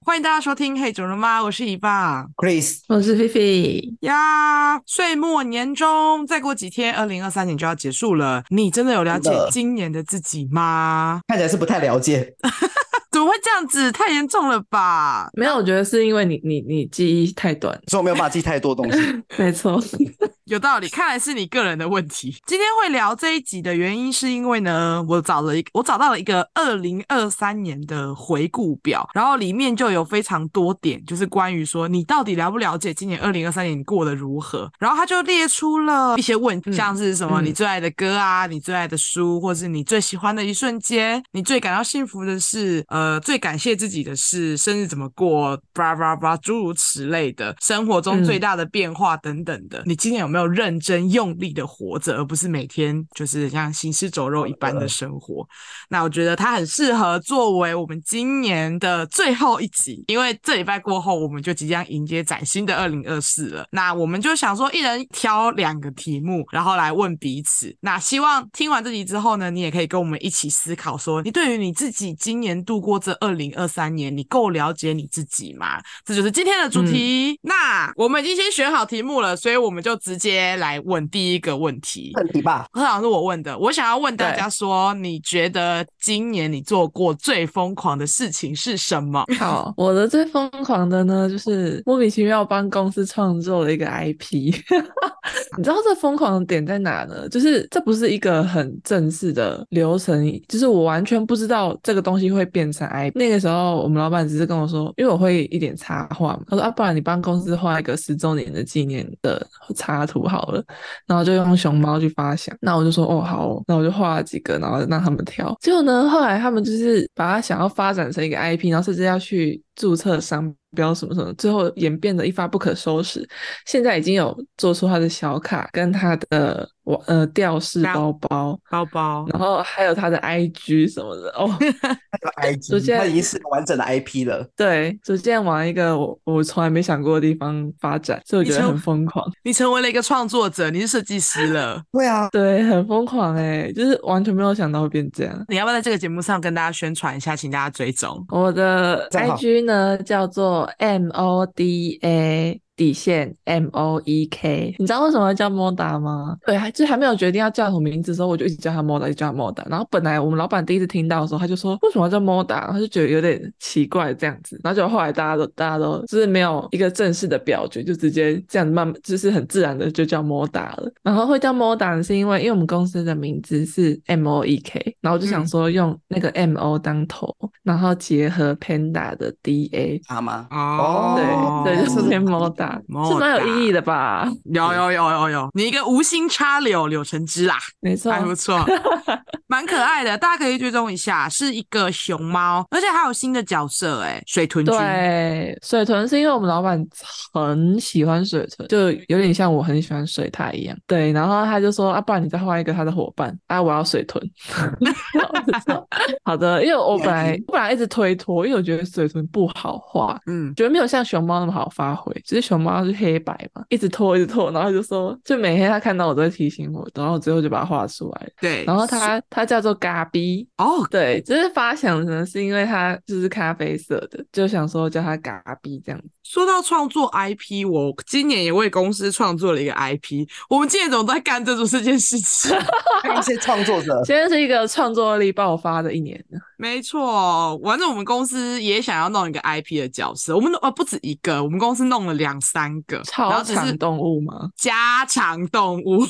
欢迎大家收听嘿准了吗，我是一爸 Chris， 我是菲菲呀。岁末年终再过几天2023年就要结束了，你真的有了解今年的自己吗？ 看起来是不太了解。 怎么会这样子？太严重了吧？ 没有，我觉得是因为你记忆太短， 所以我没有办法记太多东西。 没错。 有道理，看来是你个人的问题。今天会聊这一集的原因是因为呢，我找到了一个2023年的回顾表，然后里面就有非常多点，就是关于说你到底了不了解今年2023年你过得如何，然后他就列出了一些问题，像是什么你最爱的歌啊，你最爱的书，或是你最喜欢的一瞬间，你最感到幸福的事，最感谢自己的事，生日怎么过，叭叭叭，诸如此类的，生活中最大的变化等等的，你今年有没有认真用力的活着，而不是每天就是像行尸走肉一般的生活？那我觉得它很适合作为我们今年的最后一集，因为这礼拜过后我们就即将迎接崭新的2024了。那我们就想说一人挑2个题目，然后来问彼此。那希望听完这集之后呢，你也可以跟我们一起思考说，你对于你自己今年度过这2023年，你够了解你自己吗？这就是今天的主题。那我们已经先选好题目了，所以我们就直接来问第一个问题。 问题吧， 好像是我问的，我想要问大家说，你觉得今年你做过最疯狂的事情是什么？ 好，我的最疯狂的呢，就是莫名其妙帮公司创作了一个 IP。你知道这疯狂的点在哪呢？就是这不是一个很正式的流程，就是我完全不知道这个东西会变成 IP。那个时候我们老板只是跟我说，因为我会一点插画嘛，他说不然你帮公司画一个10周年的纪念的插图好了，然后就用熊猫去发想。那我就说好哦，那我就画了几个，然后让他们挑。结果呢，后来他们就是把它想要发展成一个 IP，然后甚至要去注册商标什么什么，最后演变得一发不可收拾。现在已经有做出他的小卡跟他的吊饰包包，然后还有他的 IG 什么的哦。 他有 IG， 他已经是个完整的 IP 了。 对，逐渐往一个我从来没想过的地方发展，所以我觉得很疯狂。 你成为了一个创作者，你是设计师了。 对啊， 对，很疯狂就是完全没有想到会变这样。 你要不要在这个节目上跟大家宣传一下，请大家追踪我的 IG 呢？叫做 MODA MOEK。你知道为什么叫 Moda 吗？对，就还没有决定要叫什么名字的时候，我就一直叫他 Moda， 就叫他 Moda。然后本来我们老板第一次听到的时候，他就说为什么要叫 Moda， 然后就觉得有点奇怪这样子。然后就后来大家都就是没有一个正式的表决，就直接这样慢慢就是很自然的就叫 Moda 了。然后会叫 Moda 是因为我们公司的名字是 MOEK， 然后我就想说用那个 MO 当头，然后结合 Panda 的 DA 吗？ 对，就是偏 Moda。是蛮有意义的吧？ 有，你一个无心插柳成枝啦， 没错， 还不错，蛮可爱的，大家可以追踪一下，是一个熊猫，而且还有新的角色水豚君。 对，水豚是因为我们老板很喜欢水豚，就有点像我很喜欢水獭一样。对，然后他就说不然你再画一个他的伙伴我要水豚。好的，因为我本来一直推脱，因为我觉得水豚不好画，觉得没有像熊猫那么好发挥，只是熊猫是黑白嘛，一直拖，然后就说，就每天他看到我都会提醒我，然后最后就把它画出来。 对， 然后它叫做嘎逼对，就是发想呢是因为它就是咖啡色的，就想说叫它嘎逼这样子。 说到创作 IP， 我今年也为公司创作了一个 IP。我们今年怎么都在干这件事情？ 一些创作者， 现在是一个创作力爆发的一年。 没错，反正我们公司也想要弄一个 IP 的角色，我们不止一个，我们公司弄了2-3个。 超长动物吗？ 家常动物。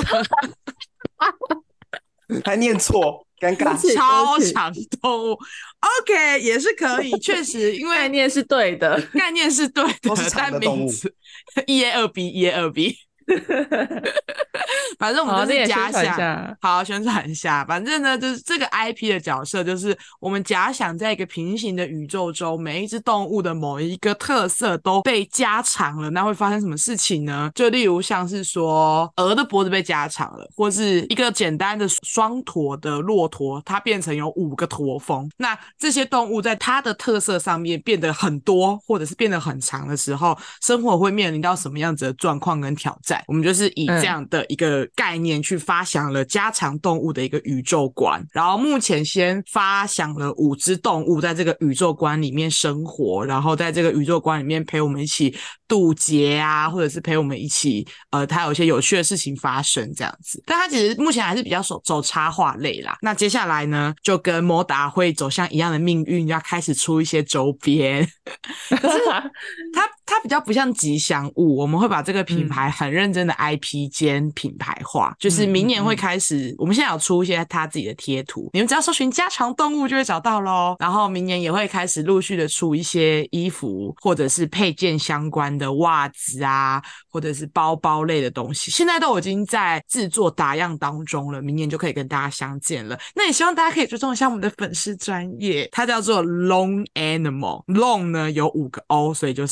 还念错，尴尬。 超长动物 ，OK 也是可以，确实，因为概念是对的， 都是长的动物。 1A2B，1A2B。反正我们就是假想，好宣传一下。反正呢，就是这个 IP 的角色，就是我们假想在一个平行的宇宙中，每一只动物的某一个特色都被加长了，那会发生什么事情呢？就例如像是说，鹅的脖子被加长了，或是一个简单的双驼的骆驼，它变成有5个驼峰。那这些动物在它的特色上面变得很多，或者是变得很长的时候，生活会面临到什么样子的状况跟挑战？ 展，我们就是以这样的一个概念去发想了家常动物的一个宇宙观，然后目前先发想了5只动物在这个宇宙观里面生活，然后在这个宇宙观里面陪我们一起渡劫啊，或者是陪我们一起它有一些有趣的事情发生这样子。但它其实目前还是比较走插画类啦。那接下来呢，就跟摩达会走向一样的命运，要开始出一些周边。可是它比较不像吉祥物，我们会把这个品牌很认真的 IP 兼品牌化，就是明年会开始，我们现在有出一些它自己的贴图，你们只要搜寻家常动物就会找到咯。然后明年也会开始陆续的出一些衣服或者是配件相关的袜子啊，或者是包包类的东西，现在都已经在制作打样当中了，明年就可以跟大家相见了。那也希望大家可以追踪一下我们的粉丝专页，它叫做 Long Animal， Long 呢有5个 O， 所以就是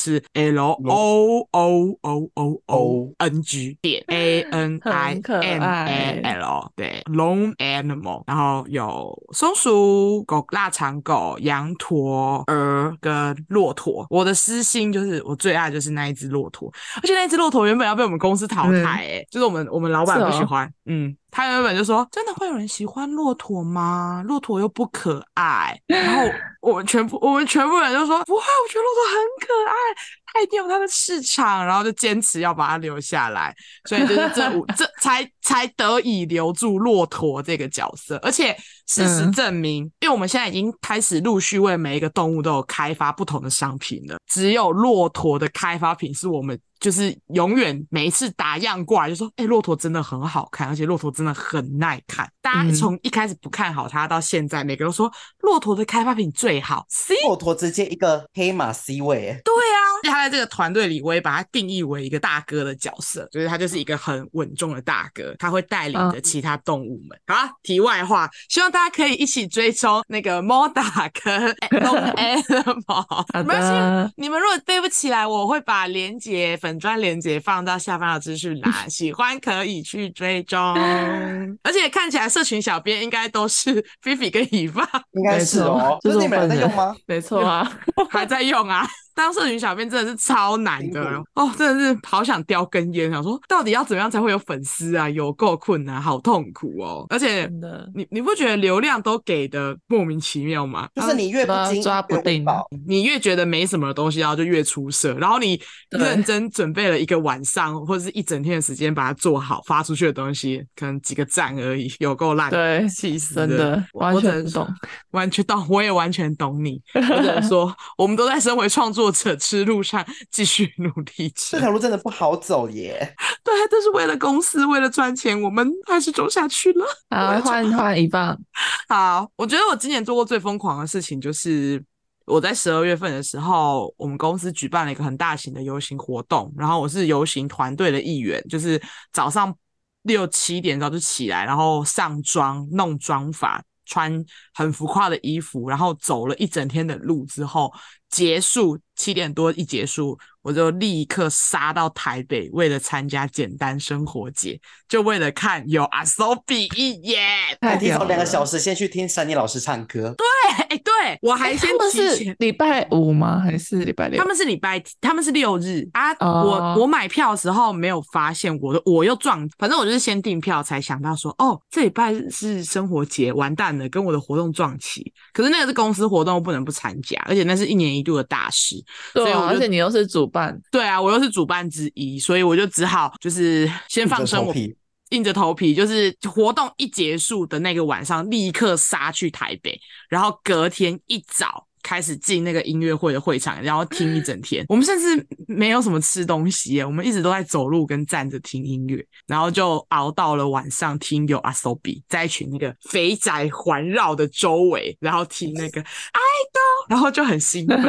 LOOOOOONG 点 ANIMAL， 对 Long Animal， 然后有松鼠、腊肠狗、羊驼、鹅跟骆驼。我的私心就是我最爱就是那一只骆驼，而且那一只骆驼原本要被我们公司淘汰就是我们老板不喜欢，他原本就说真的会有人喜欢骆驼吗？骆驼又不可爱。然后我们全部人就说不会，我觉得骆驼很可爱，它一定有它的市场，然后就坚持要把它留下来。所以就是这才得以留住骆驼这个角色。而且事实证明，因为我们现在已经开始陆续为每一个动物都有开发不同的商品了，只有骆驼的开发品是我们就是永远每一次打样过来就说骆驼真的很好看，而且骆驼真的很耐看。大家从一开始不看好它到现在每个都说骆驼的开发品最好。 C 骆驼直接一个黑马 C 位对啊，他在这个团队里我也把他定义为一个大哥的角色，就是他就是一个很稳重的大哥，他会带领着其他动物们。好，题外话，希望大家可以一起追踪那个 Moda 跟 Long Animal。 没关系，你们如果对不起来，我会把粉专连结放到下方的资讯栏，喜欢可以去追踪。而且看起来社群小编应该都是菲菲跟以放， 应该是哦，就是你们有在用吗？ 没错啊， 还在用啊。当社群小编真的是超难的哦，真的是好想叼根烟，想说到底要怎么样才会有粉丝啊，有够困难，好痛苦哦。而且你不觉得流量都给的莫名其妙吗？ 就是你越不精抓不定， 你越觉得没什么东西，然后就越出色，然后你认真准备了一个晚上或者是一整天的时间把它做好，发出去的东西可能几个赞而已，有够烂， 对， 气死真的完全懂， 完全懂，我也完全懂你。我只能说我们都在身为创作者之路上继续努力着， 这条路真的不好走耶。 对，但是为了公司为了赚钱我们还是走下去了。 好，换一棒。 好，我觉得我今年做过最疯狂的事情就是我在12月份的时候，我们公司举办了一个很大型的游行活动，然后我是游行团队的一员，就是早上6、7点之后就起来，然后上妆弄妆发，穿很浮夸的衣服，然后走了一整天的路之后结束，7点多一结束我就立刻杀到台北，为了参加简单生活节，就为了看有阿 Sophie 一眼。 还提早2个小时先去听珊妮老师唱歌。 对，我还先提前。 他们是礼拜5吗？还是礼拜6？ 他们是6日啊。我买票的时候没有发现我又撞，反正我就是先订票才想到说这礼拜是生活节，完蛋了，跟我的活动撞齐。可是那个是公司活动，不能不参加，而且那是1年1度的大事。 对啊，而且你又是主办。 对啊，我又是主办之一，所以我就只好就是先放生我硬着头皮，就是活动一结束的那个晚上立刻杀去台北，然后隔天一早开始进那个音乐会的会场，然后听一整天。我们甚至没有什么吃东西耶，我们一直都在走路跟站着听音乐，然后就熬到了晚上听有 Asobi 在一群那个肥宅环绕的周围，然后听那个idol，然后就很兴奋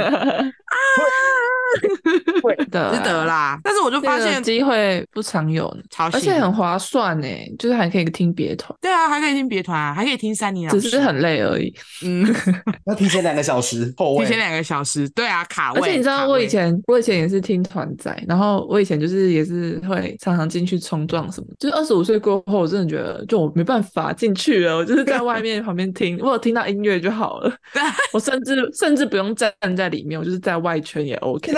会的， 值得啦。但是我就发现机会不常有，而且很划算耶，就是还可以听别团。 对啊，还可以听别团啊，还可以听珊妮老师， 只是很累而已。 要提前2个小时后位， 提前2个小时，对啊，卡位。 而且你知道我以前也是听团仔，然后我以前就是也是会常常进去冲撞什么，就是25岁过后我真的觉得就我没办法进去了，我就是在外面旁边听，我有听到音乐就好了。我甚至不用站在里面，我就是在外圈也 OK。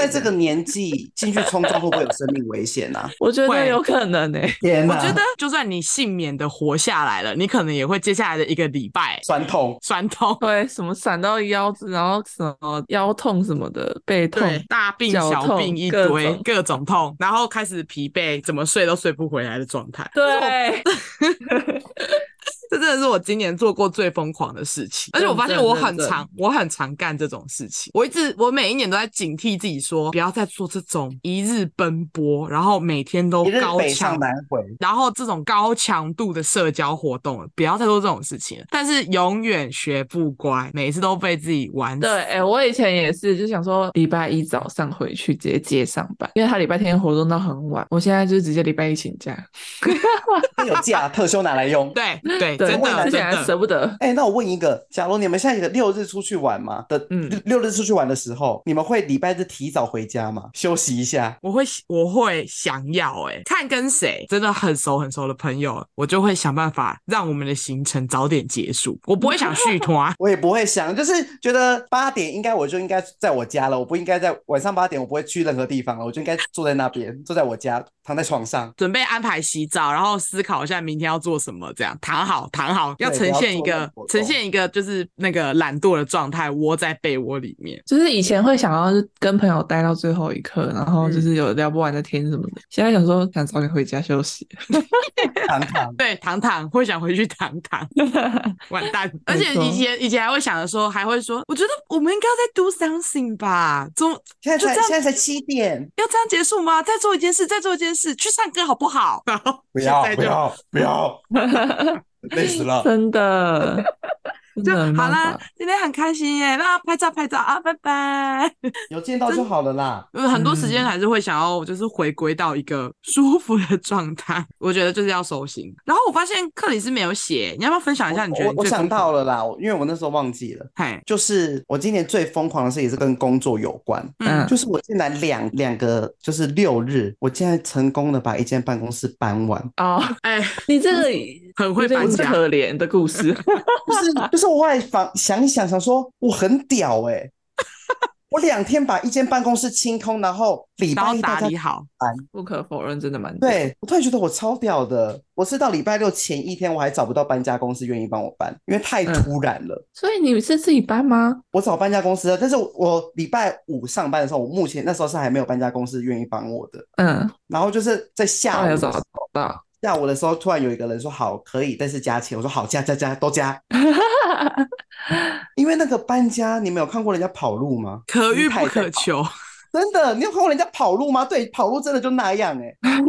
在这个年纪进去冲撞会不会有生命危险啊？ 我觉得会有可能天哪， 我觉得就算你幸免的活下来了，你可能也会接下来的1个礼拜酸痛。 酸痛。 会什么闪到腰子，然后什么腰痛什么的，背痛对，，大病小脚痛病一各堆， 种各种痛，然后开始疲惫，怎么睡都睡不回来的状态。 对， 这真的是我今年做过最疯狂的事情，而且我发现我很常干这种事情。我每一年都在警惕自己说，不要再做这种一日奔波，然后每天都一日高北上强， 南回， 然后这种高强度的社交活动了，不要再做这种事情了。但是永远学不乖，每次都被自己玩死。 对，我以前也是，就想说礼拜一早上回去直接接上班，因为他礼拜天活动到很晚。我现在就是直接礼拜一请假。 有假特休拿来用。 对对， 对， 真的之前还真的。 舍不得。 那我问一个，假如你们现在有6日出去玩嘛六日出去玩的时候，你们会礼拜日提早回家吗？休息一下？ 我会想要看跟谁真的很熟很熟的朋友，我就会想办法让我们的行程早点结束。我不会想续拖， 我也不会想，就是觉得8点我就应该在我家了，我不应该在晚上8点，我不会去任何地方了，我就应该坐在那边，坐在我家，躺在床上， 准备安排洗澡，然后思考一下明天要做什么，这样躺好，要呈现一个就是那个懒惰的状态，窝在被窝里面。 就是以前会想要跟朋友待到最后一刻，然后就是有聊不完的天什么的。现在想说想早点回家休息。 对， 躺会想回去躺，完蛋！而且以前还会想着说，还会说，我觉得我们应该要再 do something 吧？ 现在才7点， 要这样结束吗？再做一件事，去唱歌好不好？然后不要，累死了， 真的。 就好啦，今天很开心耶，那拍照啊，拜拜。 有见到就好了啦。 很多时间还是会想要就是回归到一个舒服的状态，我觉得就是要收心。然后我发现克里斯没有写，你要不要分享一下？你觉得我想到了啦，因为我那时候忘记了，就是我今年最疯狂的事也是跟工作有关，就是我竟然两个就是6日，我竟然成功的把一间办公室搬完。 你这个很会搬家， 可怜的故事。 就是我后来想一想，想说我很屌我2天把一间办公室清空，然后礼拜一打理好， 不可否认，真的蛮屌。 对，我突然觉得我超屌的。我是到礼拜6前1天，我还找不到搬家公司愿意帮我搬，因为太突然了。 所以你是自己搬吗？ 我找搬家公司了，但是我礼拜5上班的时候，我目前那时候是还没有搬家公司愿意帮我的。然后就是在下午找到。 下午的时候，突然有一个人说好可以，但是加钱。我说好，加都加。因为那个搬家，你们有看过人家跑路吗？ 可遇不可求。 真的，你有看过人家跑路吗？对，跑路真的就那样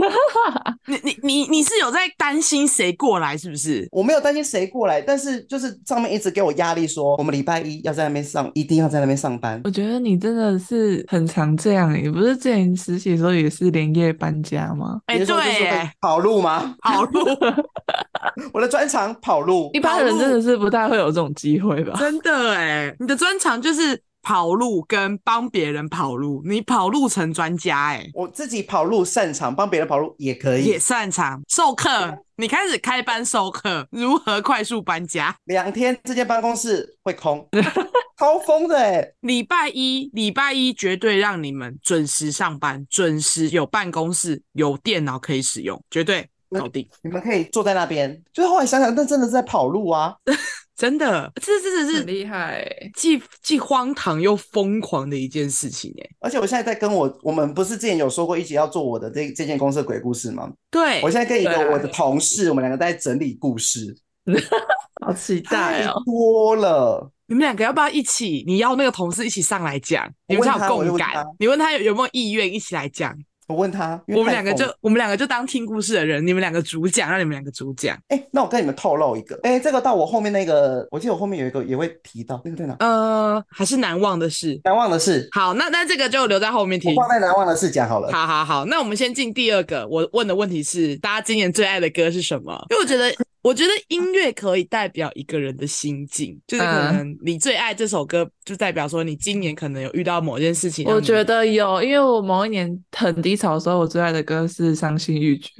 你是有在担心谁过来是不是？ 我没有担心谁过来，但是就是上面一直给我压力说，我们礼拜一要在那边一定要在那边上班。 我觉得你真的是很常这样你不是之前实习的时候也是连夜搬家吗？ 对， 跑路吗？ 跑路， 我的专长跑路。 一般人真的是不太会有这种机会吧？ 真的你的专长就是跑路跟帮别人跑路，你跑路成专家我自己跑路擅长，帮别人跑路也可以， 也擅长授课。你开始开班授课，如何快速搬家 ？2天这间办公室会空，超疯的礼拜一绝对让你们准时上班，准时有办公室，有电脑可以使用，绝对搞定。 你们可以坐在那边。就是后来想想，那真的是在跑路啊。 真的，这真的是很厉害既荒唐又疯狂的一件事情而且我现在在跟我们不是之前有说过一起要做我的这间公司的鬼故事吗？ 对， 我现在跟一个我的同事，我们2个在整理故事。 好期待太多了。 你们2个要不要一起？你要那个同事一起上来讲，你们才有共感。你问他有没有意愿一起来讲？ 我问他， 我们两个就当听故事的人，你们2个主讲，让你们2个主讲。 那我跟你们透露一个，这个到我后面那个，我记得我后面有一个也会提到，那个在哪？ 还是难忘的事。 难忘的事。 好，那这个就留在后面听。 我放在难忘的事讲好了。 好，那我们先进第2个。我问的问题是，大家今年最爱的歌是什么？因为我觉得音乐可以代表一个人的心境，就是可能你最爱这首歌，就代表说你今年可能有遇到某件事情。 我觉得有，因为我某一年很低潮的时候，我最爱的歌是《伤心欲绝》。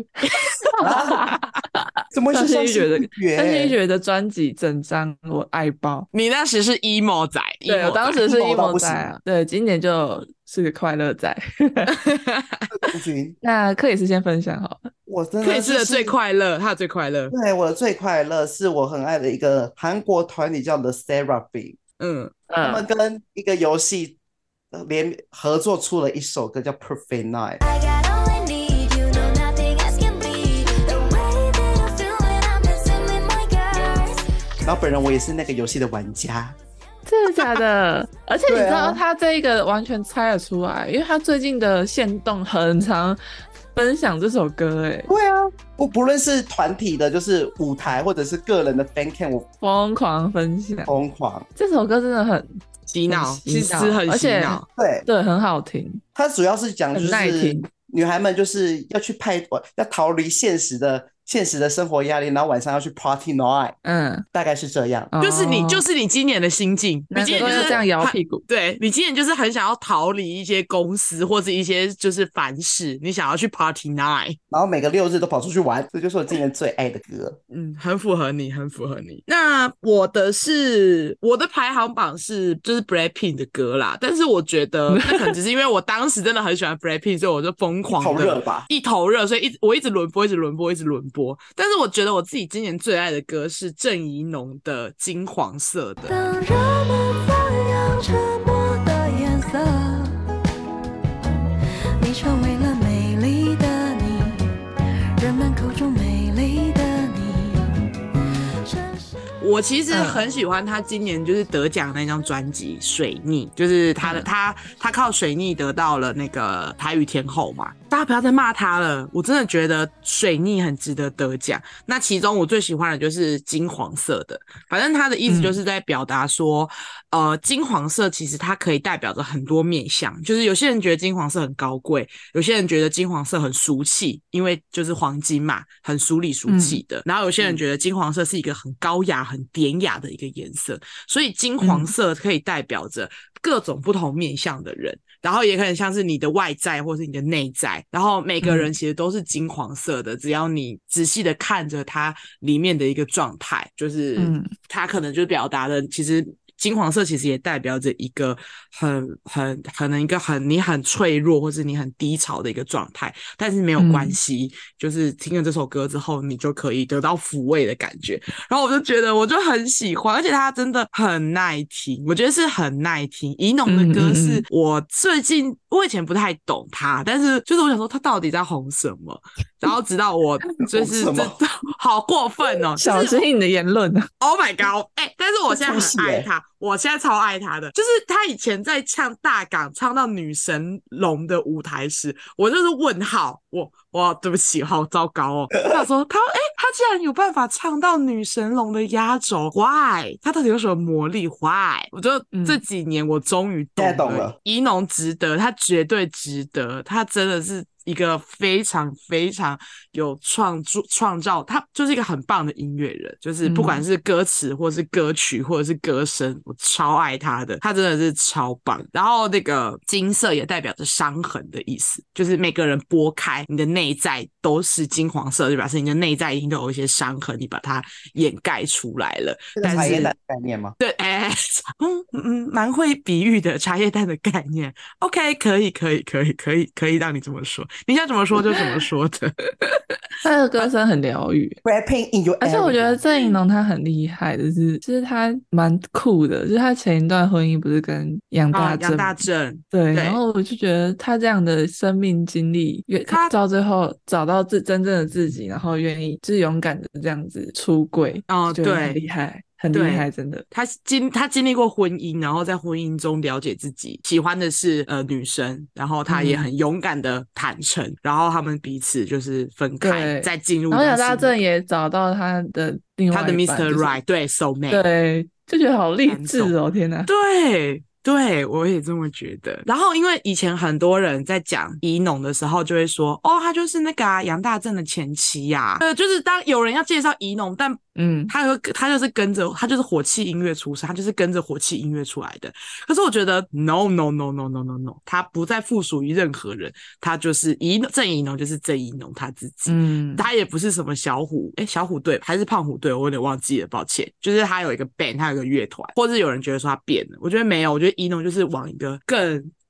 怎么会是伤心欲绝？ 伤心欲绝的专辑整张我爱爆。 你那时是 emo 仔， 对，我当时是 emo 仔啊。对，今年就是个快乐仔。 冠军。 那克里斯先分享好了。 我真的、 克里斯的最快乐，他的最快乐。 对，我的最快乐是我很爱的一个韩国团体叫 The Seraphim。他们跟一个游戏联合作出了一首歌叫 Perfect Night。然后本人我也是那个游戏的玩家。 真的假的？而且你知道他这一个完全猜得出来，因为他最近的限动很常分享这首歌。 对啊，我不论是团体的就是舞台或者是个人的 fan cam 我疯狂分享， 疯狂。 这首歌真的很洗脑，其实很洗脑。 对，很好听。 它主要是讲就是女孩们就是要去要逃离现实的生活压力，然后晚上要去 party night。大概是这样。 就是你今年的心境，你今年就是这样摇屁股。 对，你今年就是很想要逃离一些公司或是一些就是烦事，你想要去 party night， 然后每个6日都跑出去玩，这就是我今年最爱的歌。 很符合你，很符合你。那我的排行榜是就是 Blackpink 的歌啦，但是我觉得那可能只是因为我当时真的很喜欢 Blackpink， 所以我就疯狂的一头热，所以我一直轮播。但是我觉得我自己今年最爱的歌是郑宜农的《金黄色的》。当人们放扬沉默的颜色，你成为了美丽的你，人们口中美丽的你。我其实很喜欢他今年就是得奖那张专辑《水逆》，就是他靠《水逆》得到了那个台语天后嘛。大家不要再骂他了，我真的觉得水逆很值得得奖。那其中我最喜欢的就是金黄色的，反正他的意思就是在表达说，金黄色其实它可以代表着很多面向，就是有些人觉得金黄色很高贵，有些人觉得金黄色很俗气，因为就是黄金嘛，很俗里俗气的。然后有些人觉得金黄色是一个很高雅、很典雅的一个颜色，所以金黄色可以代表着各种不同面向的人。然后也可能像是你的外在或是你的内在，然后每个人其实都是金黄色的，只要你仔细的看着它里面的一个状态，就是它可能就表达的其实金黄色其实也代表着一个可能一个你很脆弱或是你很低潮的一个状态，但是没有关系，就是听了这首歌之后你就可以得到抚慰的感觉。然后我就觉得我就很喜欢，而且它真的很耐听，我觉得是很耐听。宜农的歌是我我以前不太懂他，但是就是我想说他到底在红什么，然后直到我就是真的好过分哦， 小心你的言论啊 ！Oh my god！ 但是我现在很爱他，我现在超爱他的，就是他以前在唱大港唱到女神龙的舞台时，我就是问号，我对不起，好糟糕哦！我想说他竟然有办法唱到女神龙的压轴 ，Why？ 他到底有什么魔力 ？Why？ 我就这几年我终于懂了，宜农值得，他绝对值得，他真的是一个非常非常有创造，他就是一个很棒的音乐人，就是不管是歌词或是歌曲或者是歌声，我超爱他的，他真的是超棒。然后那个金色也代表着伤痕的意思，就是每个人拨开你的内在都是金黄色，就表示你的内在一定都有一些伤痕，你把它掩盖出来了。 这个茶叶蛋的概念吗？ 对，蛮会比喻的茶叶蛋的概念。OK， 可以让你这么说。你想怎么说就怎么说的。 他的歌声很疗愈， 而且我觉得郑宜农他很厉害的就是他蛮酷的，就是他前一段婚姻不是跟杨大正，对，然后我就觉得他这样的生命经历，他到最后找到真正的自己，然后愿意就是勇敢的这样子出柜，对，很厉害。很厉害，真的。他经历过婚姻，然后在婚姻中了解自己喜欢的是女生，然后他也很勇敢的坦诚，然后他们彼此就是分开，再进入。 然后杨大正也找到他的另外一半， 他的 Mr. Right， 对 ，soulmate， 对，就觉得好励志哦，天哪， 对，我也这么觉得。然后因为以前很多人在讲宜农的时候就会说，他就是那个杨大正的前妻呀。就是当有人要介绍宜农，但他就是跟着，他就是火气音乐出身，他就是跟着火气音乐出来的。可是我觉得 no， 他不再附属于任何人，他就是郑宜农就是郑宜农他自己。他也不是什么小虎队还是胖虎队，我有点忘记了，抱歉。就是他有一个 band， 他有一个乐团，或是有人觉得说他变了，我觉得没有，我觉得宜农就是往一个更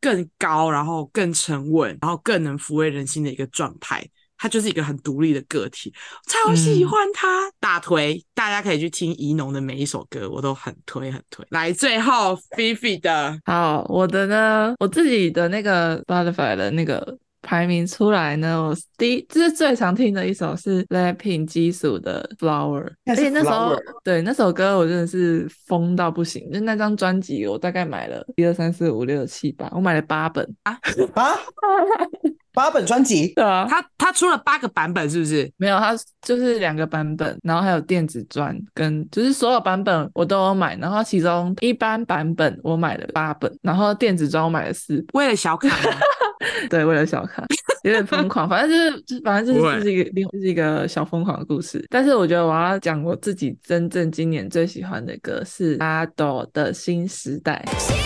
更高，然后更沉稳，然后更能抚慰人心的一个状态。他就是一个很独立的个体，超喜欢他，大推，大家可以去听宜农的每一首歌，我都很推。来，最后 Fifi 的， 好，我的呢，我自己的那个 Spotify 的那个排名出来呢，我就是最常听的一首是 Blackpink 基础的 Flower， 而且那时候对那首歌我真的是疯到不行，就那张专辑我大概买了1、2、3、4、5、6、7、8，我买了8本啊 8本专辑， 对啊， 他出了8个版本，是不是？ 没有，他就是2个版本，然后还有电子专跟就是所有版本我都有买，然后其中一般版本我买了8本，然后电子专我买了4本， 为了小卡吗？ 对，为了小卡，有点疯狂，反正就是一个小疯狂的故事。但是我觉得我要讲我自己真正今年最喜欢的歌是阿斗的新时代。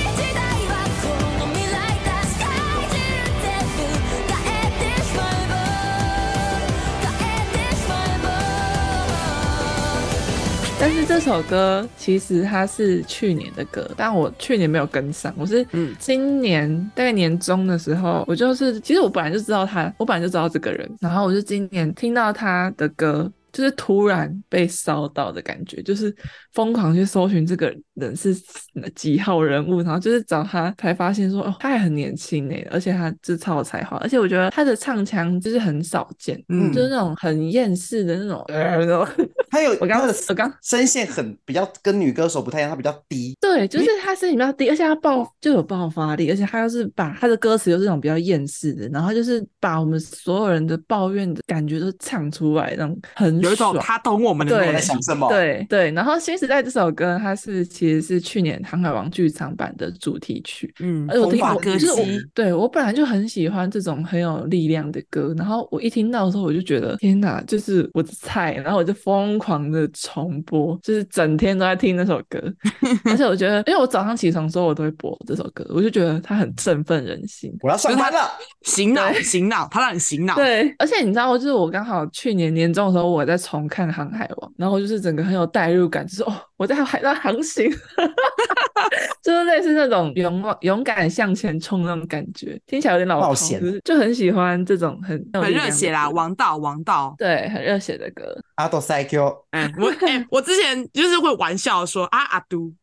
但是这首歌其实它是去年的歌，但我去年没有跟上，我是今年大概年中的时候，其实我本来就知道这个人，然后我就今年听到他的歌，就是突然被烧到的感觉，就是疯狂去搜寻这个人是几号人物，然后就是找他才发现说，哦，他还很年轻耶，而且他就是超有才华，而且我觉得他的唱腔就是很少见，就是那种很厌世的那种他有他的声线比较跟女歌手不太一样，他比较低， 对，就是他声音比较低，而且他就有爆发力，而且他又是把他的歌词又是那种比较厌世的，然后就是把我们所有人的抱怨的感觉都唱出来，那种很有一种他懂我们的在想什么， 对，然后新时代这首歌它其实是去年航海王剧场版的主题曲，而且我听过就是对我本来就很喜欢这种很有力量的歌，然后我一听到的时候我就觉得天哪，就是我的菜，然后我就疯狂的重播，就是整天都在听那首歌而且我觉得因为我早上起床的时候我都会播这首歌，我就觉得它很振奋人心， 我要上班了， 醒脑，它让你醒脑， 对，而且你知道就是我刚好去年年中的时候我在重看航海王，然后就是整个很有代入感，就是我在海上航行就是类似那种勇敢向前冲那种感觉，听起来有点老套，就很喜欢这种很热血啦，王道， 对，很热血的歌。 阿斗塞 Q， 我之前就是会玩笑说阿都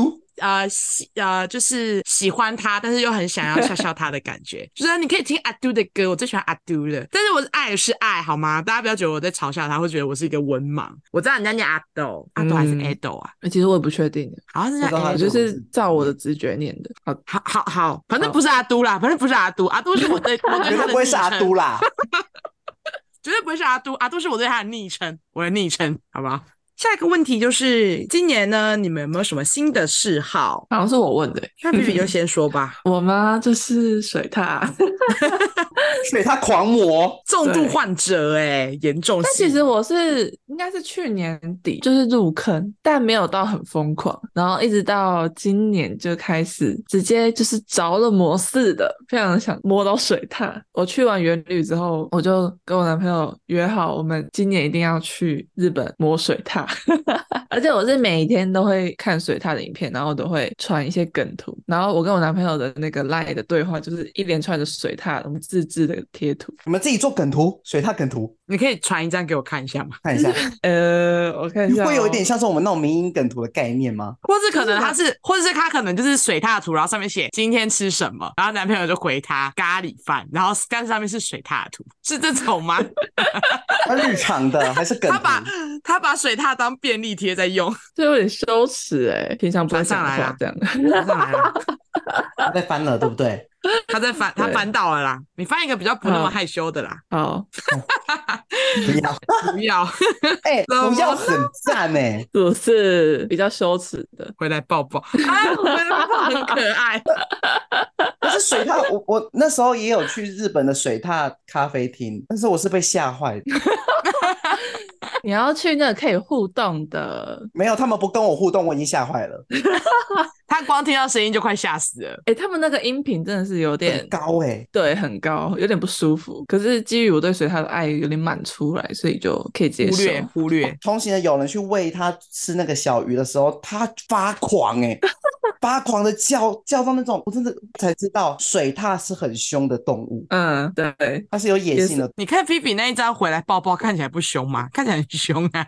就是喜欢他，但是又很想要笑笑他的感觉，就是你可以听阿都的歌，我最喜欢阿都的，但是我爱是爱好吗？大家不要觉得我在嘲笑他，会觉得我是一个文盲。我知道人家念阿斗还是 Ado 啊？ 其实我也不确定， 好像是我就是照我的直觉念的。 好，反正不是阿都啦，阿都是我对他的昵称， 不会是阿都啦， 绝对不会是阿都是我对他的昵称，我的昵称，好不好？下一个问题就是今年呢你们有没有什么新的嗜好？ 好像是我问的， 那Fifi就先说吧。 我吗？就是水獭水獭狂魔， 重度患者严重性。 但其实我应该是去年底就是入坑，但没有到很疯狂，然后一直到今年就开始直接就是着了魔似的，非常想摸到水獭。我去完原旅之后，我就跟我男朋友约好，我们今年一定要去日本摸水獭而且我是每一天都会看水獭的影片，然后都会传一些梗图，然后我跟我男朋友的那个 LINE 的对话就是一连串的水獭我们自制的贴图。 你们自己做梗图，水獭梗图， 你可以传一张给我看一下吗？ 看一下我看一下会有一点像是我们那种迷因梗图的概念吗？ 或是可能或者是他可能就是水獭图，然后上面写今天吃什么，然后男朋友就回他咖喱饭，然后但是上面是水獭图，是这种吗？ 他日常的还是梗图？ 他把水獭当便利贴在用， 这有点羞耻平常不会讲话这样上来了他在翻了对不对？ 他翻到了啦，你翻一个比较不那么害羞的啦。 好不要不要很赞不是比较羞耻的， 回来抱抱回来抱抱很可爱可是水獭我那时候也有去日本的水獭咖啡厅，但是我是被吓坏的你要去那个可以互动的， 没有，他们不跟我互动，我已经吓坏了他光听到声音就快嚇死了他们那个音频真的是有点很高对，很高，有点不舒服，可是基于我对水獭的爱有点满出来，所以就可以接受忽略。 同行的有人去喂他吃那个小鱼的时候他发狂发狂的叫到那种，我真的才知道水獭是很凶的动物。 对， 它是有野性的。 你看菲比那一张回来抱抱看起来不凶吗？看起来很凶啊。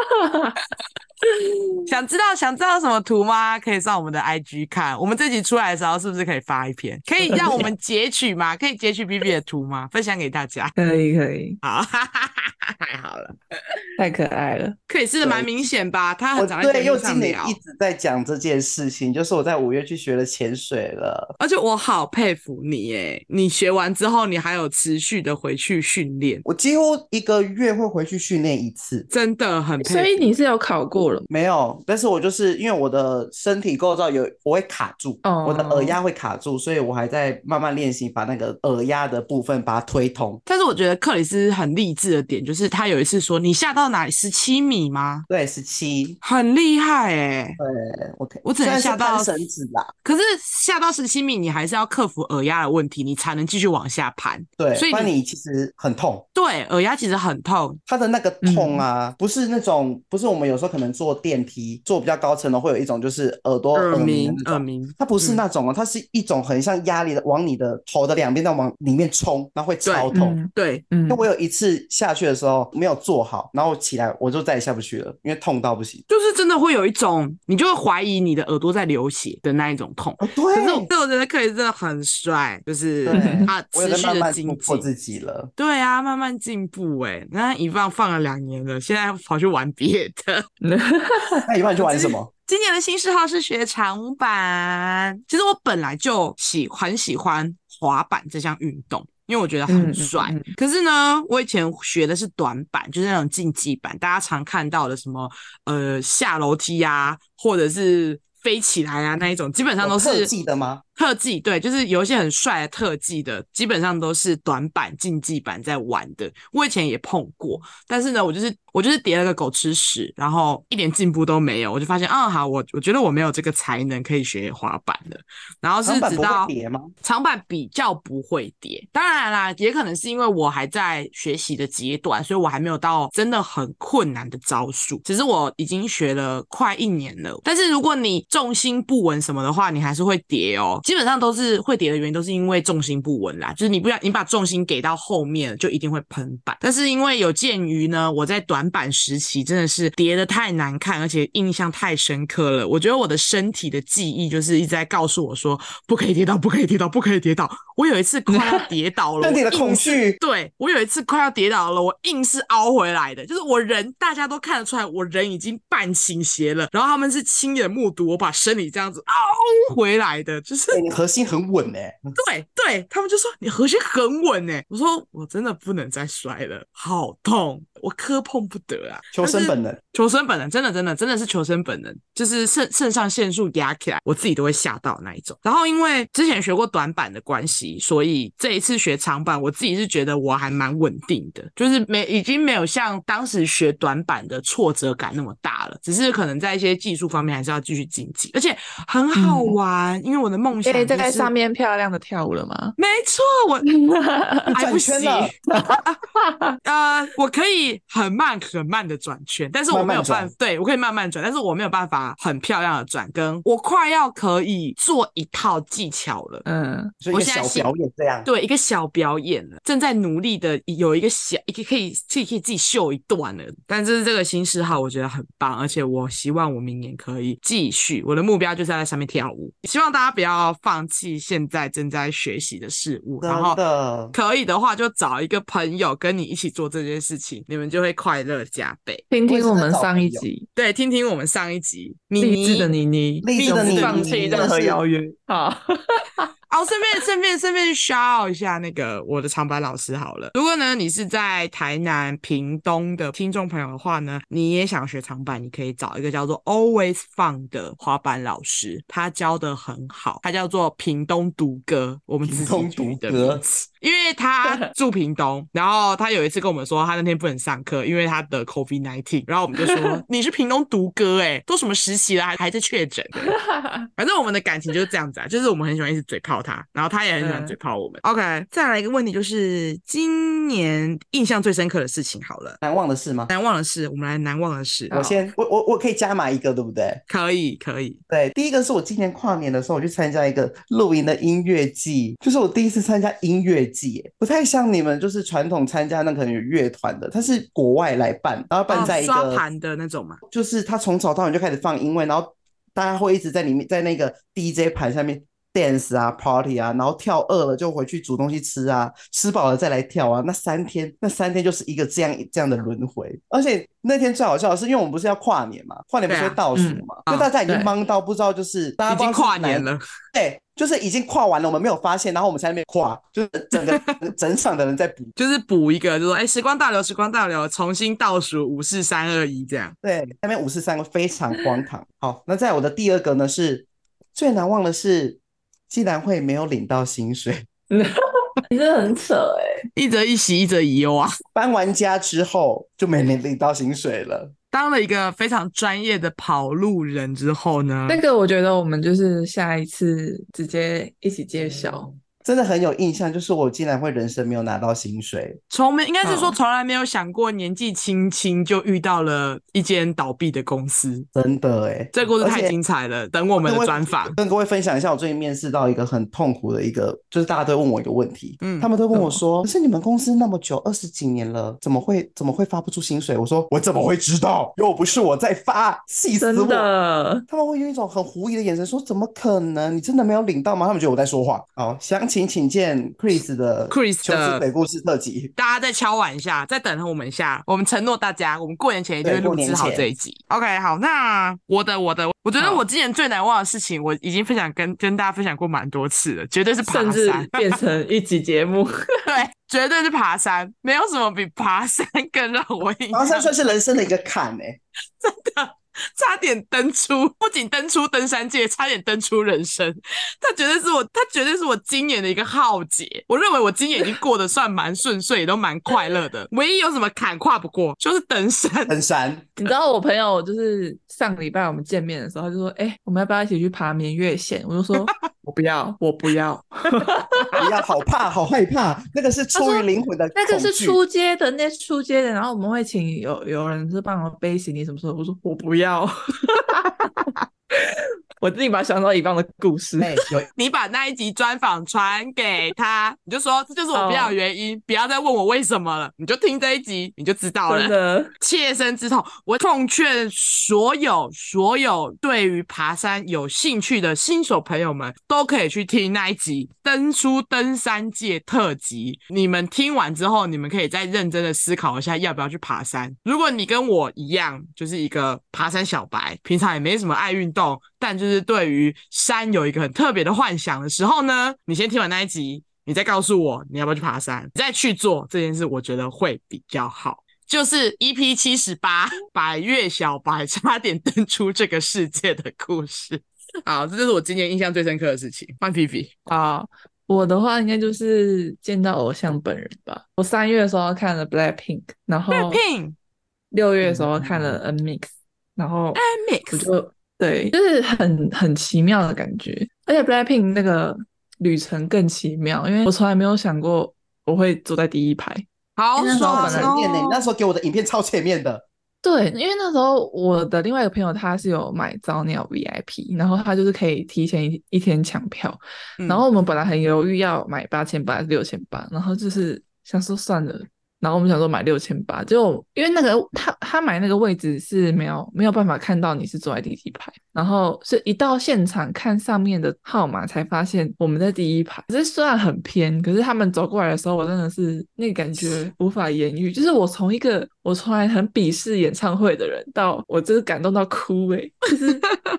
想知道什么图吗？可以上我们的 IG 看。我们这集出来的时候是不是可以发一篇？可以让我们截取吗？可以截取 BB 的图吗？分享给大家。 可以。 好，太好了， 太可爱了。 可以是的蛮明显吧？他很常在节目上聊。 今年一直在讲这件事情，就是我在5月去学了潜水了。 而且我好佩服你耶！你学完之后，你还有持续的回去训练。 我几乎1个月会回去训练1次， 真的很佩服。 所以你是有考过了？ 没有，但是我就是因为我的身体构造我会卡住，我的耳压会卡住，所以我还在慢慢练习把那个耳压的部分把它推通。 但是我觉得克里斯很励志的点就是他有一次说，你下到哪里17米吗？ 对，17， 很厉害耶。 对， 我只能下到绳子啦。 可是下到17米，你还是要克服耳压的问题，你才能继续往下攀。 对， 所以不然你其实很痛。 对，耳压其实很痛。 它的那个痛啊，不是那种，不是我们有时候可能坐电梯坐比较高层的会有一种就是耳鸣，它不是那种它是一种很像压力的往你的头的两边再往里面冲，然后会超痛。 对， 因为我有一次下去的时候没有坐好，然后起来我就再也下不去了，因为痛到不行。 就是真的会有一种你就会怀疑你的耳朵在流血的那一种痛。 对。 可是我觉得克里斯真的很帅，就是他持续的精进， 突破自己了。 对啊，慢慢进步哎。那一放了2年了，现在跑去玩别的。 那一放去玩什么？ 今年的新嗜好是学长板。其实我本来就很喜欢滑板这项运动，因为我觉得很帅。可是呢，我以前学的是短板，就是那种竞技板，大家常看到的什么下楼梯啊，或者是飞起来啊那一种，基本上都是特技的吗？ 特技，对，就是有一些很帅的特技的，基本上都是短板竞技板在玩的。我以前也碰过，但是呢，我就是叠了个狗吃屎，然后一点进步都没有。我就发现好，我觉得我没有这个才能可以学滑板了。然后是直到长板比较不会叠，当然啦，也可能是因为我还在学习的阶段，所以我还没有到真的很困难的招数。只是我已经学了快1年了，但是如果你重心不稳什么的话，你还是会叠哦。基本上都是会跌的原因都是因为重心不稳啦，就是你把重心给到后面就一定会喷板。但是因为有鉴于呢我在短板时期真的是跌得太难看，而且印象太深刻了，我觉得我的身体的记忆就是一直在告诉我说不可以跌倒，不可以跌倒，不可以跌倒。我有一次快要跌倒了， 身体的恐惧。 对，我有一次快要跌倒了，我硬是凹回来的，就是我人大家都看得出来我人已经半倾斜了，然后他们是亲眼目睹我把身体这样子凹回来的，就是你核心很稳对，他们就说你核心很稳我说我真的不能再摔了，好痛，我磕碰不得啊。 求生本能， 真的是求生本能，就是肾上腺素压起来，我自己都会吓到那一种。然后因为之前学过短板的关系，所以这一次学长板，我自己是觉得我还蛮稳定的，就是已经没有像当时学短板的挫折感那么大了，只是可能在一些技术方面还是要继续精进，而且很好玩，因为我的梦想就是在上面漂亮的跳舞了吗？ 没错，我还不行我可以很慢的转圈，但是我没有办法，对，我可以慢慢转，但是我没有办法很漂亮的转，跟我快要可以做一套技巧了。 所以一个小表演这样。 对，一个小表演了，正在努力的有一个可以自己秀一段了。但是这个新嗜好我觉得很棒，而且我希望我明年可以继续，我的目标就是要在上面跳舞。希望大家不要放弃现在正在学习的事物，然后可以的话就找一个朋友跟你一起做这件事情，你们就会快乐加倍。 听听我们上一集， 对，听听我们上一集励志的妮妮， 励志的妮妮放弃任何邀约。好顺便shout out 一下那个我的长板老师好了。如果呢你是在台南屏东的听众朋友的话呢，你也想学长板，你可以找一个叫做 Always Fun 的滑板老师，他教的很好，他叫做屏东独哥，我们自己取的名字。因为他住屏东，然后他有一次跟我们说他那天不能上课，因为他得 COVID-19， 然后我们就说你是屏东独哥都什么时期了还在确诊。反正我们的感情就是这样子啊，就是我们很喜欢一直嘴炮他，然后他也很喜欢嘴炮我们。OK， 再来一个问题，就是今年印象最深刻的事情好了。 难忘的事吗？ 难忘的事，我们来难忘的事。 我可以加码一个，对不对？ 可以。 对，第一个是我今年跨年的时候，我去参加一个露营的音乐季，就是我第一次参加音乐季，不太像你们就是传统参加那可能有乐团的，它是国外来办，然后办在一个刷盘的那种嘛， 就是他从早到晚就开始放音乐，然后大家会一直在里面，在那个 DJ 盘下面 dance 啊 party 啊，然后跳饿了就回去煮东西吃啊，吃饱了再来跳啊，那三天就是一个这样的轮回。而且那天最好笑的是，因为我们不是要跨年嘛，跨年不是会倒数嘛，就大家已经忙到不知道，就是大家已经跨年了， 对，就是已经跨完了，我们没有发现，然后我们才在那边跨，就是整场的人在补， 就是补一个，就说时光倒流，重新倒数5、4、3、2、1这样。 对，那边5、4、3非常荒唐。好，那在我的第二个呢是最难忘的是，竟然会没有领到薪水。 你真的很扯一则一喜，一则一忧啊！ 搬完家之后就没领到薪水了。 当了一个非常专业的跑路人之后呢， 那个我觉得我们就是下一次直接一起揭晓。 真的很有印象，就是我竟然会人生没有拿到薪水， 应该是说从来没有想过年纪轻轻就遇到了一间倒闭的公司， 真的耶， 这故事太精彩了，等我们的专访跟各位分享一下。我最近面试到一个很痛苦的一个，就是大家都问我一个问题，他们都问我说，可是你们公司那么久20几年了，怎么会发不出薪水？我说我怎么会知道，又不是我在发，气死我。 真的， 他们会用一种很狐疑的眼神说，怎么可能，你真的没有领到吗？他们觉得我在说谎。好，详情请见 Chris 的求职鬼故事特辑， 大家再敲碗一下，再等我们一下，我们承诺大家，我们过年前一定会录制好这一集。OK， 好，那我觉得我今年最难忘的事情，我已经跟大家分享过蛮多次了，绝对是爬山， 甚至变成一集节目。 对，绝对是爬山，没有什么比爬山更让我印象。 爬山算是人生的一个坎真的。差点登出，不仅登出登山界，差点登出人生。他绝对是我今年的一个浩劫。我认为我今年已经过得算蛮顺遂，也都蛮快乐的。唯一有什么坎跨不过，就是登山。 你知道我朋友就是上个礼拜我们见面的时候，他就说：“我们要不要一起去爬绵月线？”我就说：“我不要。”不要， 好怕，好害怕。那个是出于灵魂的恐惧， 那个是出街的，然后我们会请有人是帮我背行李什么时候？我说我不要。我自己把想到一半的故事， 你把那一集专访传给他，你就说这就是我不要的原因，不要再问我为什么了，你就听这一集你就知道了， 真的切身之痛。我奉劝所有对于爬山有兴趣的新手朋友们，都可以去听那一集登出登山界特辑。你们听完之后，你们可以再认真的思考一下要不要去爬山。如果你跟我一样，就是一个爬山小白，平常也没什么爱运动，但就是对于山有一个很特别的幻想的时候呢，你先听完那一集，你再告诉我你要不要去爬山，你再去做这件事，我觉得会比较好。就是 EP78 百越小白差点登出这个世界的故事。好，这就是我今年印象最深刻的事情。换皮皮。 好，我的话应该就是见到偶像本人吧。我3月的时候看了 Blackpink， 然后6月的时候看了 NMIXX， 然后我就对，就是很奇妙的感觉。而且 Blackpink 那个旅程更奇妙，因为我从来没有想过我会坐在第一排。 好爽哦！ 你那时候给我的影片超前面的。 对，因为那时候我的另外一个朋友他是有买早鸟 VIP， 然后他就是可以提前一天抢票，然后我们本来很犹豫要买8800还是6800，然后就是想说算了，然后我们想说买6800，结果因为那个他买那个位置是没有办法看到你是坐在第几排，然后是一到现场看上面的号码才发现我们在第一排。可是虽然很偏，可是他们走过来的时候，我真的是那个感觉无法言喻，就是我从一个我从来很鄙视演唱会的人，到我真是感动到哭就是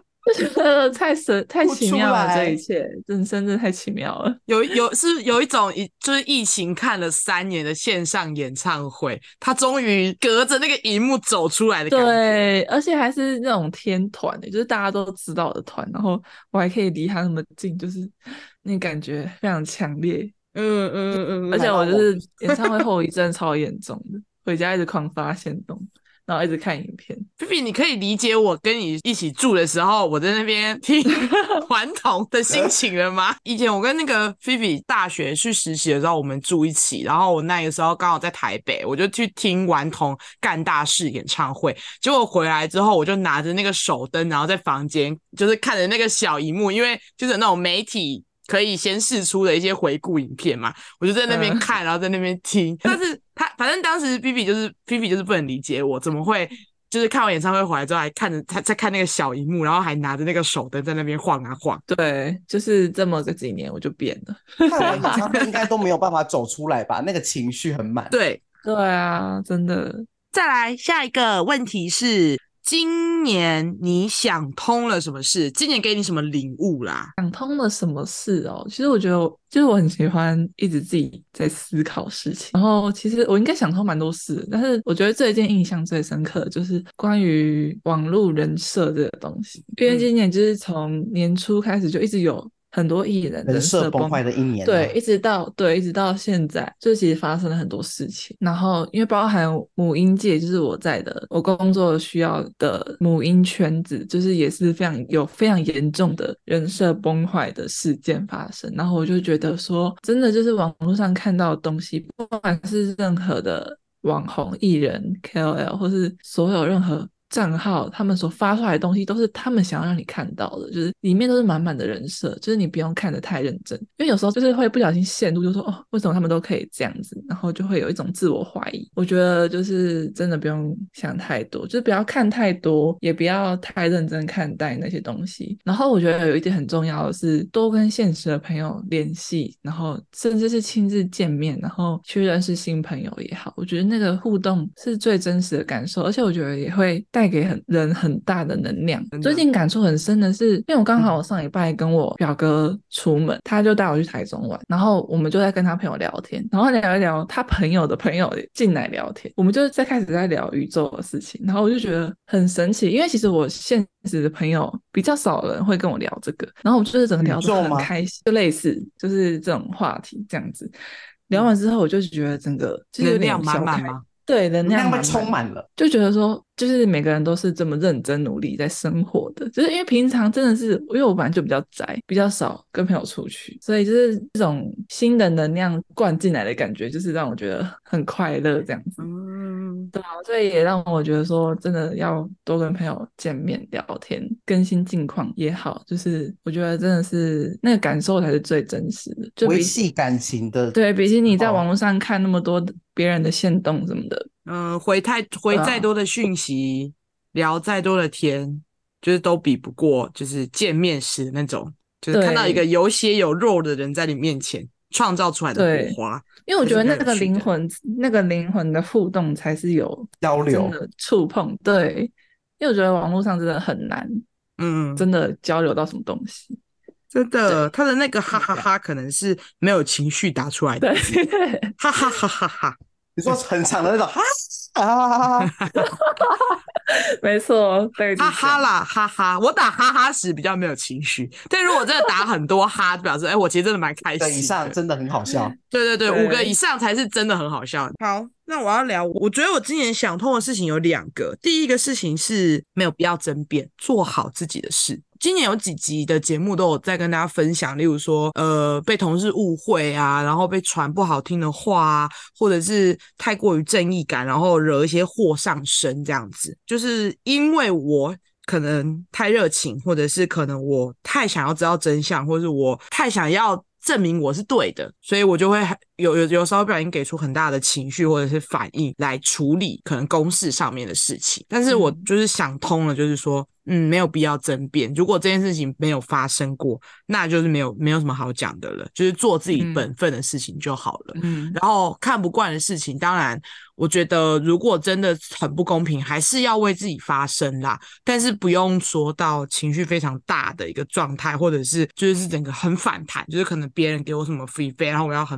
太奇妙了，这一切人生真的太奇妙了。 有一种就是疫情看了3年的线上演唱会，他终于隔着那个荧幕走出来的感觉。 对，而且还是那种天团就是大家都知道的团，然后我还可以离他那么近，就是那感觉非常强烈。而且我就是演唱会后遗症超严重的，回家一直狂发限动。 然后一直看影片。 菲菲，你可以理解我跟你一起住的时候，我在那边听顽童的心情了吗？以前我跟那个菲菲大学去实习的时候，我们住一起，然后我那个时候刚好在台北，我就去听顽童干大事演唱会。结果回来之后，我就拿着那个手灯，然后在房间就是看着那个小萤幕，因为就是那种媒体可以先释出的一些回顾影片嘛，我就在那边看，然后在那边听。但是反正当时 Vivi 就是不能理解我怎么会就是看完演唱会回来之后还看着他在看那个小萤幕，然后还拿着那个手灯在那边晃啊晃。 对，就是这么个几年我就变了。 看完演唱会应该都没有办法走出来吧？那个情绪很满。 对啊，真的。 再来下一个问题是，今年你想通了什么事？今年给你什么领悟啦？ 想通了什么事哦？其实我觉得就是我很喜欢一直自己在思考事情，然后其实我应该想通蛮多事，但是我觉得这一件印象最深刻的就是关于网络人设这个东西，因为今年就是从年初开始就一直有很多艺人人设崩坏的一年、啊， 对，一直到现在，就其实发生了很多事情。然后因为包含母婴界，就是我工作需要的母婴圈子，就是也是非常严重的人设崩坏的事件发生。然后我就觉得说，真的就是网络上看到的东西，不管是任何的网红、艺人、KOL， 或是所有任何账号他们所发出来的东西都是他们想要让你看到的，就是里面都是满满的人设，就是你不用看得太认真，因为有时候就是会不小心陷入，就说哦，为什么他们都可以这样子，然后就会有一种自我怀疑。我觉得就是真的不用想太多，就是不要看太多，也不要太认真看待那些东西。然后我觉得有一点很重要的是多跟现实的朋友联系，然后甚至是亲自见面，然后去认识新朋友也好，我觉得那个互动是最真实的感受，而且我觉得也会带给人很大的能量。最近感触很深的是，因为我刚好上礼拜跟我表哥出门，他就带我去台中玩，然后我们就在跟他朋友聊天，然后聊一聊他朋友的朋友也进来聊天，我们就开始在聊宇宙的事情，然后我就觉得很神奇，因为其实我现实的朋友比较少人会跟我聊这个，然后我就是整个聊得很开心，就类似就是这种话题这样子。聊完之后我就觉得整个就是有点能量满满吗？ 对，能量被充满了， 就觉得说就是每个人都是这么认真努力在生活的，就是因为平常真的是因为我本来就比较宅，比较少跟朋友出去，所以就是这种新的能量灌进来的感觉，就是让我觉得很快乐这样子。对啊，所以也让我觉得说真的要多跟朋友见面聊天，更新近况也好，就是我觉得真的是那个感受才是最真实的，就维系感情的。 对，比起你在网络上看那么多别人的限动什么的， 回再多的讯息，聊再多的天，就是都比不过就是见面时那种，就是看到一个有血有肉的人在你面前创造出来的火花。 因为我觉得那个灵魂的互动才是有交流真的触碰。对，因为我觉得网络上真的很难，真的交流到什么东西。 真的，他的那个哈哈哈可能是没有情绪打出来的， 对， 哈哈哈哈哈。 你说很长的那种哈哈哈， 没错，对， 哈哈啦，哈哈。我打哈哈时比较没有情绪，但如果真的打很多哈，表示我其实真的蛮开心的。 以上真的很好笑。 对，5个以上才是真的很好笑。好，那我要聊，我觉得我今年想通的事情有2个。第一个事情是没有必要争辩，做好自己的事。今年有几集的节目都有在跟大家分享，例如说被同事误会啊，然后被传不好听的话啊，或者是太过于正义感，然后惹一些祸上身这样子。就是因为我可能太热情，或者是可能我太想要知道真相，或者是我太想要证明我是对的，所以我就会有时候不小心给出很大的情绪或者是反应来处理可能公事上面的事情。但是我就是想通了，就是说没有必要争辩，如果这件事情没有发生过，那就是没有什么好讲的了，就是做自己本分的事情就好了。然后看不惯的事情，当然我觉得如果真的很不公平，还是要为自己发声啦，但是不用说到情绪非常大的一个状态，或者是就是整个很反弹，就是可能别人给我什么 free 费，然后我要很反弹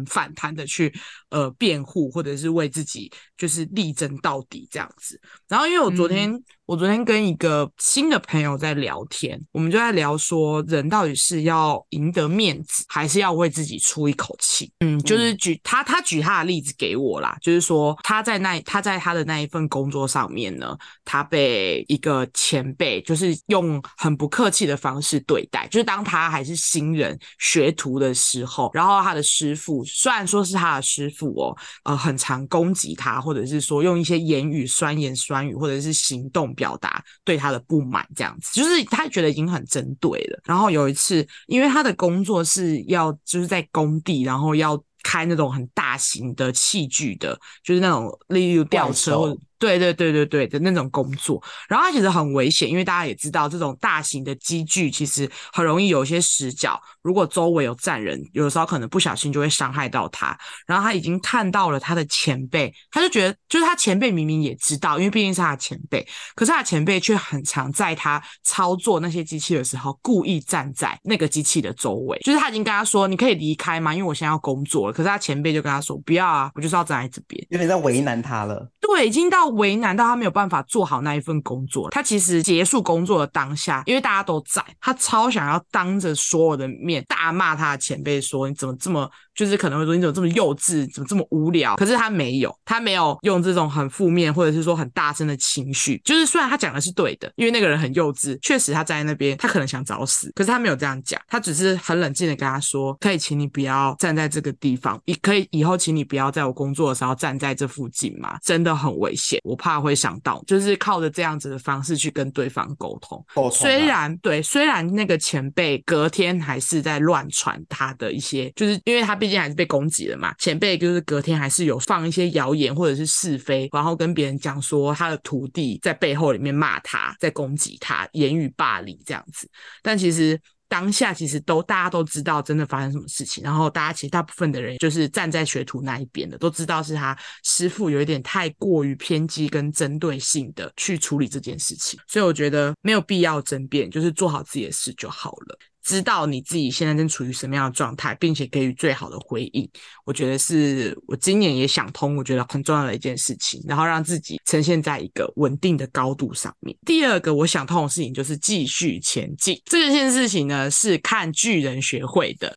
堪的去辩护，或者是为自己就是力争到底这样子。然后因为我昨天跟一个新的朋友在聊天，我们就在聊说人到底是要赢得面子，还是要为自己出一口气。就是他举他的例子给我啦，就是说他在他的那一份工作上面呢，他被一个前辈就是用很不客气的方式对待，就是当他还是新人学徒的时候，然后他的师傅虽然说是他的师傅很常攻击他，或者是说用一些言语酸言酸语，或者是行动表达对他的不满，这样子就是他觉得已经很针对了。然后有一次因为他的工作是要就是在工地，然后要开那种很大型的器具的，就是那种例如吊车或者对的那种工作。然后它其实很危险，因为大家也知道这种大型的机具其实很容易有一些死角，如果周围有站人，有的时候可能不小心就会伤害到他。然后他已经看到了他的前辈，他就觉得就是他前辈明明也知道，因为毕竟是他的前辈，可是他的前辈却很常在他操作那些机器的时候故意站在那个机器的周围，就是他已经跟他说你可以离开吗，因为我现在要工作了，可是他前辈就跟他说不要啊，我就是要站在这边， 有点在为难他了。 对，已经到为难到他没有办法做好那一份工作。他其实结束工作的当下，因为大家都在，他超想要当着所有的面大骂他的前辈说你怎么这么就是可能会说你怎么这么幼稚，怎么这么无聊。可是他没有用这种很负面或者是说很大声的情绪，就是虽然他讲的是对的，因为那个人很幼稚，确实他站在那边他可能想找死，可是他没有这样讲，他只是很冷静的跟他说可以请你不要站在这个地方，可以以后请你不要在我工作的时候站在这附近吗？真的很危险，我怕会伤到，就是靠着这样子的方式去跟对方沟通。虽然那个前辈隔天还是在乱传他的一些，就是因为他毕竟还是被攻击了嘛，前辈就是隔天还是有放一些谣言或者是是非，然后跟别人讲说他的徒弟在背后里面骂他，在攻击他，言语霸凌这样子。但其实当下其实大家都知道真的发生什么事情，然后其实大部分的人就是站在学徒那一边的，都知道是他师父有一点太过于偏激跟针对性的去处理这件事情，所以我觉得没有必要争辩，就是做好自己的事就好了。知道你自己现在正处于什么样的状态，并且给予最好的回应，我觉得是我今年也想通，我觉得很重要的一件事情，然后让自己呈现在一个稳定的高度上面。第二个我想通的事情就是继续前进，这件事情呢是看巨人学会的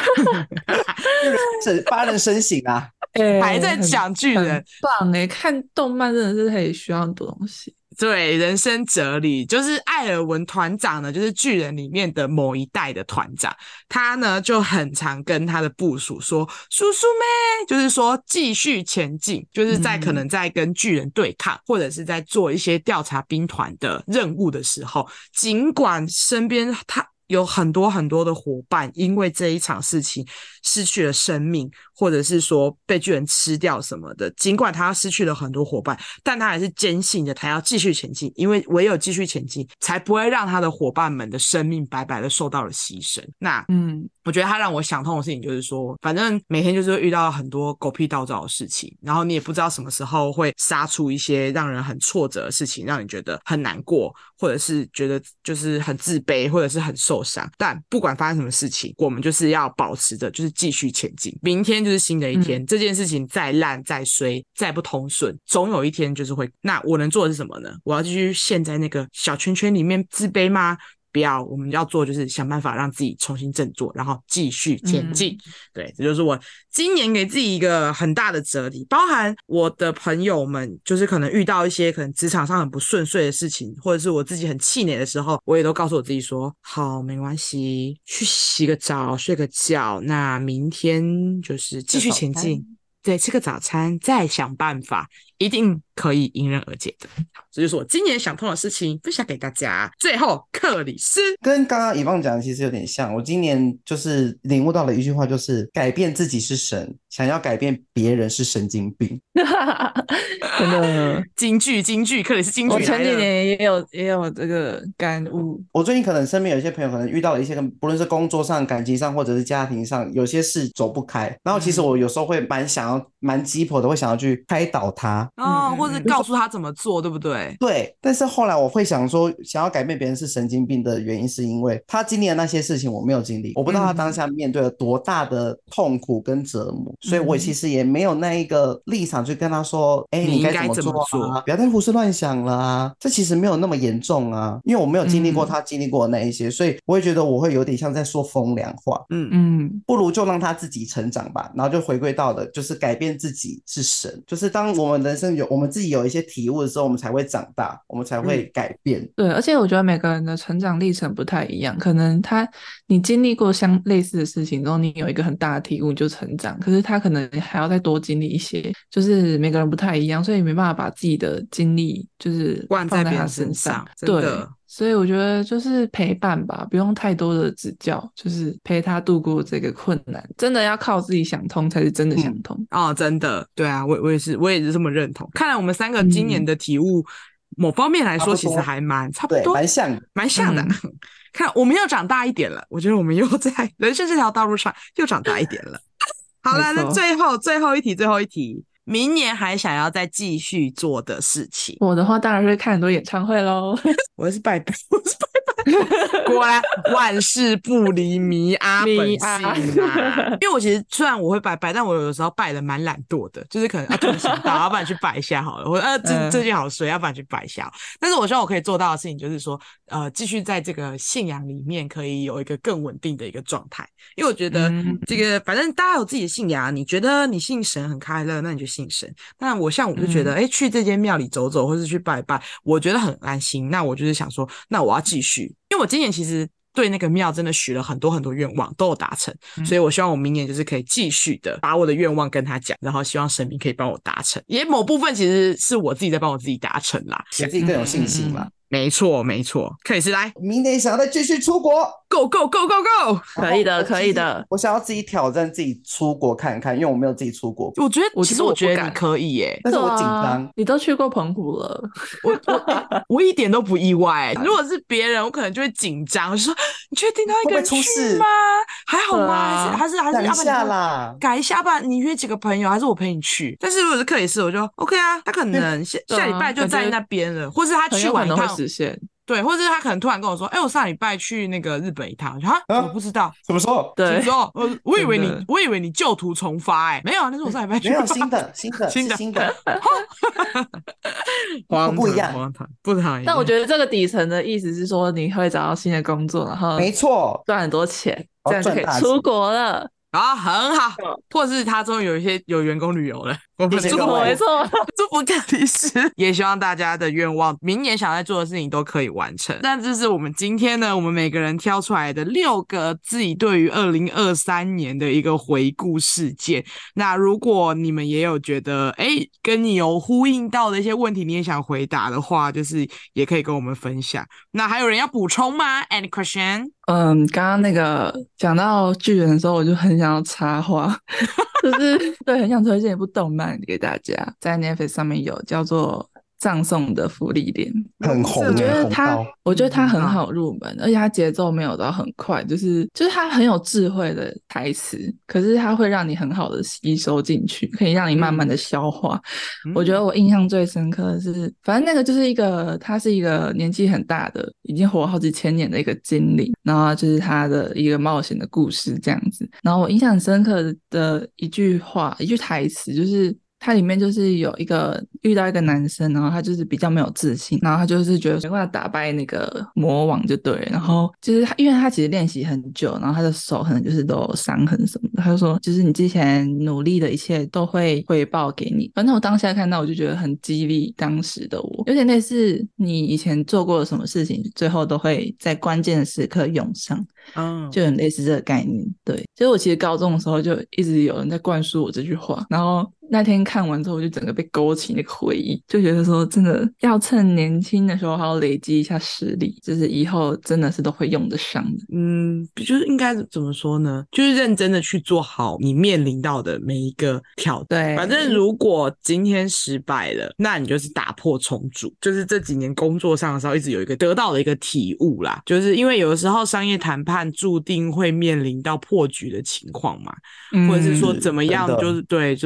8人身形啊还在讲巨人， 很棒耶，看动漫真的是可以学到很多东西。 对，人生哲理就是艾尔文团长呢，就是巨人里面的某一代的团长，他呢就很常跟他的部属说叔叔妹，就是说继续前进，就是可能在跟巨人对抗，或者是在做一些调查兵团的任务的时候，尽管身边他有很多很多的伙伴因为这一场事情失去了生命，或者是说被巨人吃掉什么的，尽管他失去了很多伙伴，但他还是坚信的他要继续前进，因为唯有继续前进才不会让他的伙伴们的生命白白的受到了牺牲。那我觉得他让我想通的事情就是说，反正每天就是会遇到很多狗屁倒灶的事情，然后你也不知道什么时候会杀出一些让人很挫折的事情，让你觉得很难过，或者是觉得就是很自卑，或者是很受伤。但不管发生什么事情，我们就是要保持着就是继续前进，明天就是新的一天，这件事情再烂再衰再不通顺，总有一天就是会。那我能做的是什么呢？我要继续陷在那个小圈圈里面自卑吗？不要，我们要做就是想办法让自己重新振作，然后继续前进。对，这就是我今年给自己一个很大的哲理，包含我的朋友们就是可能遇到一些可能职场上很不顺遂的事情，或者是我自己很气馁的时候，我也都告诉我自己说好，没关系，去洗个澡睡个觉，那明天就是继续前进，对，吃个早餐再想办法，一定可以迎刃而解的。这就是我今年想通的事情，分享给大家。最后，克里斯跟刚刚以望讲的其实有点像，我今年就是领悟到了一句话，就是改变自己是神，想要改变别人是神经病。 真的金句，克里斯金句。 我前几年也有这个感悟。 我最近可能身边有一些朋友可能遇到了一些不论是工作上、感情上或者是家庭上有些事走不开，然后其实我有时候会蛮鸡婆的，会想要去开导他， 他， 或者告诉他怎么做，对不对？ 对。但是后来我会想说，想要改变别人是神经病的原因是因为他经历的那些事情我没有经历，我不知道他当下面对了多大的痛苦跟折磨，所以我其实也没有那一个立场去跟他说你该怎么做啊，不要再胡思乱想了啊，这其实没有那么严重啊，因为我没有经历过他经历过的那一些，所以我会觉得我会有点像在说风凉话。不如就让他自己成长吧，然后就回归到的就是改变自己是神，就是当我们人生我们自己有一些体悟的时候，我们才会长大，我们才会改变。 对，而且我觉得每个人的成长历程不太一样，可能你经历过相类似的事情之后，你有一个很大的体悟你就成长，可是他可能还要再多经历一些，就是每个人不太一样，所以没办法把自己的经历就是放在他身上。 对，所以我觉得就是陪伴吧，不用太多的指教，就是陪他度过这个困难，真的要靠自己想通才是真的想通。 真的，对啊，我也是这么认同。看来我们三个今年的体悟，某方面来说其实还差不多，蛮像的。看我们又长大一点了，我觉得我们又在人生这条道路上又长大一点了。好了，那最后一题。明年还想要再继续做的事情？ 我的话当然是看很多演唱会咯。 我是拜拜。果然万事不离迷阿本性啊。因为我其实虽然我会拜拜，但我有时候拜的蛮懒惰的，就是可能突然想到要不然去拜一下好了，我最近好衰，要不然去拜一下。但是我希望我可以做到的事情就是说继续在这个信仰里面可以有一个更稳定的一个状态。因为我觉得这个反正大家有自己的信仰，你觉得你信神很快乐，那你就信神。那我就觉得去这间庙里走走或是去拜拜，我觉得很安心，那我就是想说那我要继续。因为我今年其实对那个庙真的许了很多很多愿望，都有达成，所以我希望我明年就是可以继续的把我的愿望跟他讲，然后希望神明可以帮我达成，也某部分其实是我自己在帮我自己达成啦， 给自己更有信心啦。 没错，克里斯来， 明年想要再继续出国 ，Go Go Go Go Go， 可以的。 我想要自己挑战自己出国看看，因为我没有自己出国。 其实我觉得你可以耶， 但是我紧张。 你都去过澎湖了， 我一点都不一外。如果是别人，我可能就会紧张，我就说你确定他一个人去吗？还好吗？还是改一下啦， 改一下吧。你约几个朋友，还是我陪你去？但是如果是克里斯，我就 OK 啊。他可能下礼拜就在那边了，或是他去完一趟。对，或者是他可能突然跟我说，我上礼拜去那个日本一趟，我不知道什么时候？ 对， 什么时候？我以为你旧图重发，没有，那是我上礼拜去， 没有新的，不一样， 不同。 但我觉得这个底层的意思是说，你会找到新的工作，然后没错， 赚很多钱，这样就可以出国了。 很好，或者是他终于有员工旅游了，我们没错， 祝福克里斯，也希望大家的愿望，明年想在做的事情都可以完成。但这是我们今天呢，我们每个人挑出来的6个自己对于2023年的一个回顾事件。那如果你们也有觉得跟你有呼应到的一些问题，你也想回答的话，就是也可以跟我们分享。那还有人要补充吗 ？Any question？ 刚刚那个讲到巨人的时候，我就很想要插话，就是对，很想推荐一部动漫给大家，在 Netflix 上面有叫做葬送的芙莉莲， 很红。 我觉得它很好入门，而且它节奏没有到很快，就是它很有智慧的台词，可是它会让你很好的吸收进去，可以让你慢慢的消化。我觉得我印象最深刻的是，反正那个就是他是一个年纪很大的，已经活好几千年的一个精灵，然后就是他的一个冒险的故事这样子。然后我印象很深刻的一句台词就是。它里面就是遇到一个男生，然后他就是比较没有自信，然后他就是觉得没办法打败那个魔王就对了，然后就是因为他其实练习很久，然后他的手可能就是都有伤痕什么的，他就说就是你之前努力的一切都会回报给你。反正我当下看到我就觉得很激励当时的我，有点类似你以前做过的什么事情最后都会在关键的时刻用上，就很类似这个概念。对，所以我其实高中的时候就一直有人在灌输我这句话，然后那天看完之后我就整个被勾起那个回忆，就觉得说真的要趁年轻的时候还要累积一下实力，就是以后真的是都会用得上的。 就是应该怎么说呢，就是认真的去做好你面临到的每一个挑战。 对， 反正如果今天失败了，那你就是打破重组，就是这几年工作上的时候一直有一个得到的一个体悟啦，就是因为有的时候商业谈判注定会面临到破局的情况嘛，或者是说怎么样就是对怎么样都谈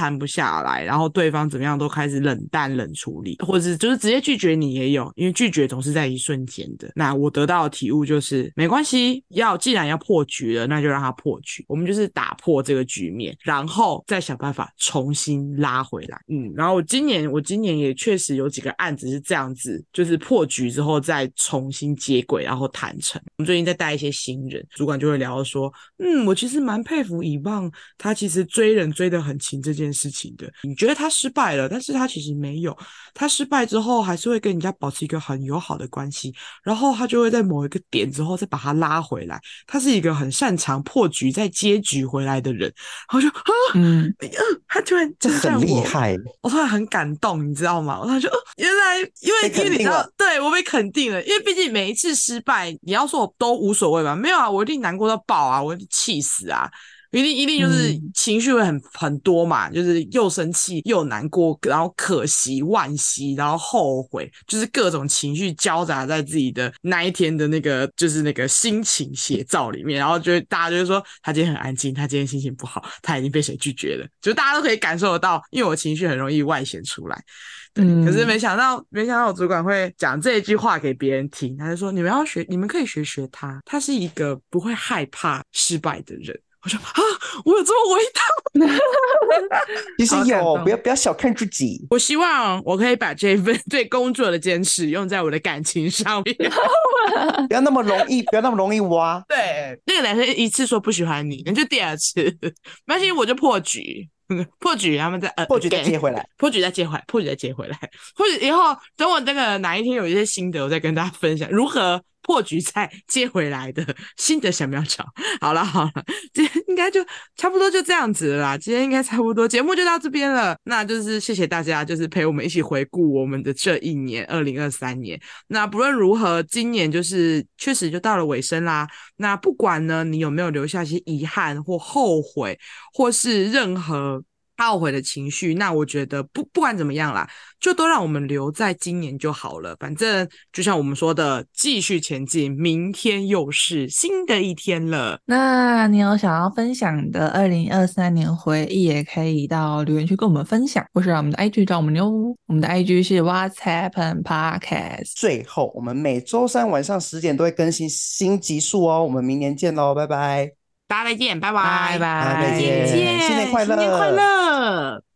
谈不下来，然后对方怎么样都开始冷淡冷处理，或者是就是直接拒绝你也有，因为拒绝总是在一瞬间的。那我得到的体悟就是没关系，既然要破局了，那就让他破局，我们就是打破这个局面，然后再想办法重新拉回来。然后我今年也确实有几个案子是这样子，就是破局之后再重新接轨，然后谈成。我们最近在带一些新人，主管就会聊说，我其实蛮佩服以棒，他其实追人追得很勤这件事情的。你觉得他失败了，但是他其实没有，他失败之后还是会跟人家保持一个很友好的关系，然后他就会在某一个点之后再把他拉回来。他是一个很擅长破局再接局回来的人。然后就他突然这很厉害， 我突然很感动，你知道吗？我突然就原来因为你知道，对，我被肯定了，因为毕竟每一次失败，你要说我都无所谓吧？没有啊，我一定难过到爆啊，我一定气死啊！一定就是情绪会很多嘛，就是又生气又难过，然后可惜惋惜，然后后悔，就是各种情绪交杂在自己的那一天的那个就是那个心情写照里面，然后大家就会说他今天很安静，他今天心情不好，他已经被谁拒绝了，就大家都可以感受得到，因为我情绪很容易外显出来。对，可是没想到我主管会讲这一句话给别人听，他就说你们可以学他，他是一个不会害怕失败的人。我说我有这么伟大？ 其实有，不要小看自己。 我希望我可以把这份对工作的坚持用在我的感情上面， 不要那么容易挖。 对，那个男生一次说不喜欢你，那就第二次，没关系，我就破局。破局，他们破局再接回来， 破局再接回来，或者以后等我那个哪一天有一些心得，我再跟大家分享如何破局再接回来的新的小妙招。好了，今天应该就差不多就这样子了啦，今天应该差不多节目就到这边了。那就是谢谢大家，就是陪我们一起回顾我们的这一年2023年。那不论如何，今年就是确实就到了尾声啦。那不管呢你有没有留下一些遗憾或后悔，或是任何懊悔的情绪，那我觉得不管怎么样啦，就都让我们留在今年就好了。反正就像我们说的，继续前进，明天又是新的一天了。 那你有想要分享的2023年回忆，也可以到留言区跟我们分享，或是让我们的 IG 找我们哟。我们的 IG 是 What's Happen Podcast。 最后，我们每周三晚上10点都会更新新集数哦。我们明年见喽，拜拜。 大家再见，拜拜， 拜拜， 再见，新年快乐， 新年快乐。